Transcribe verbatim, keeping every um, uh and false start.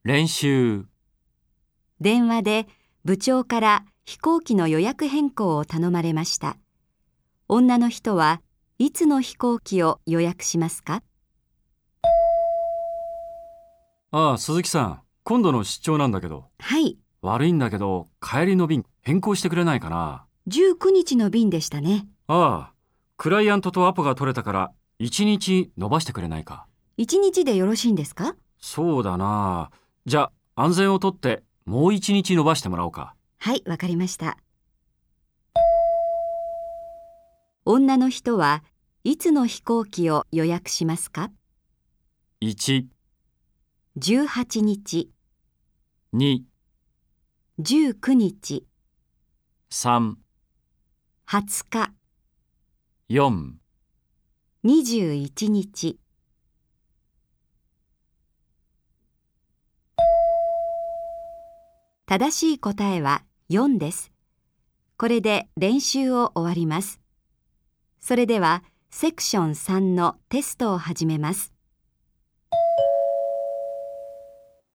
練習。 電話で部長から飛行機の予約変更を頼まれました。女の人はいつの飛行機を予約しますか？ ああ、鈴木さん、今度の出張なんだけど。 はい、 悪いんだけど、帰りの便変更してくれないかな。 じゅうくにちの便でしたね。 ああ、クライアントとアポが取れたから、いちにち延ばしてくれないか。 いちにちでよろしいんですか？ そうだな。じゃあ、安全をとって、もういちにち延ばしてもらおうか。 はい、わかりました。女の人はいつの飛行機を予約しますか？ いち、 じゅうはちにち、 に、 じゅうくにち、 さん、 はつか、 よん。 にじゅういちにち。正しい答えはよんです。これで練習を終わります。それではセクションさんのテストを始めます。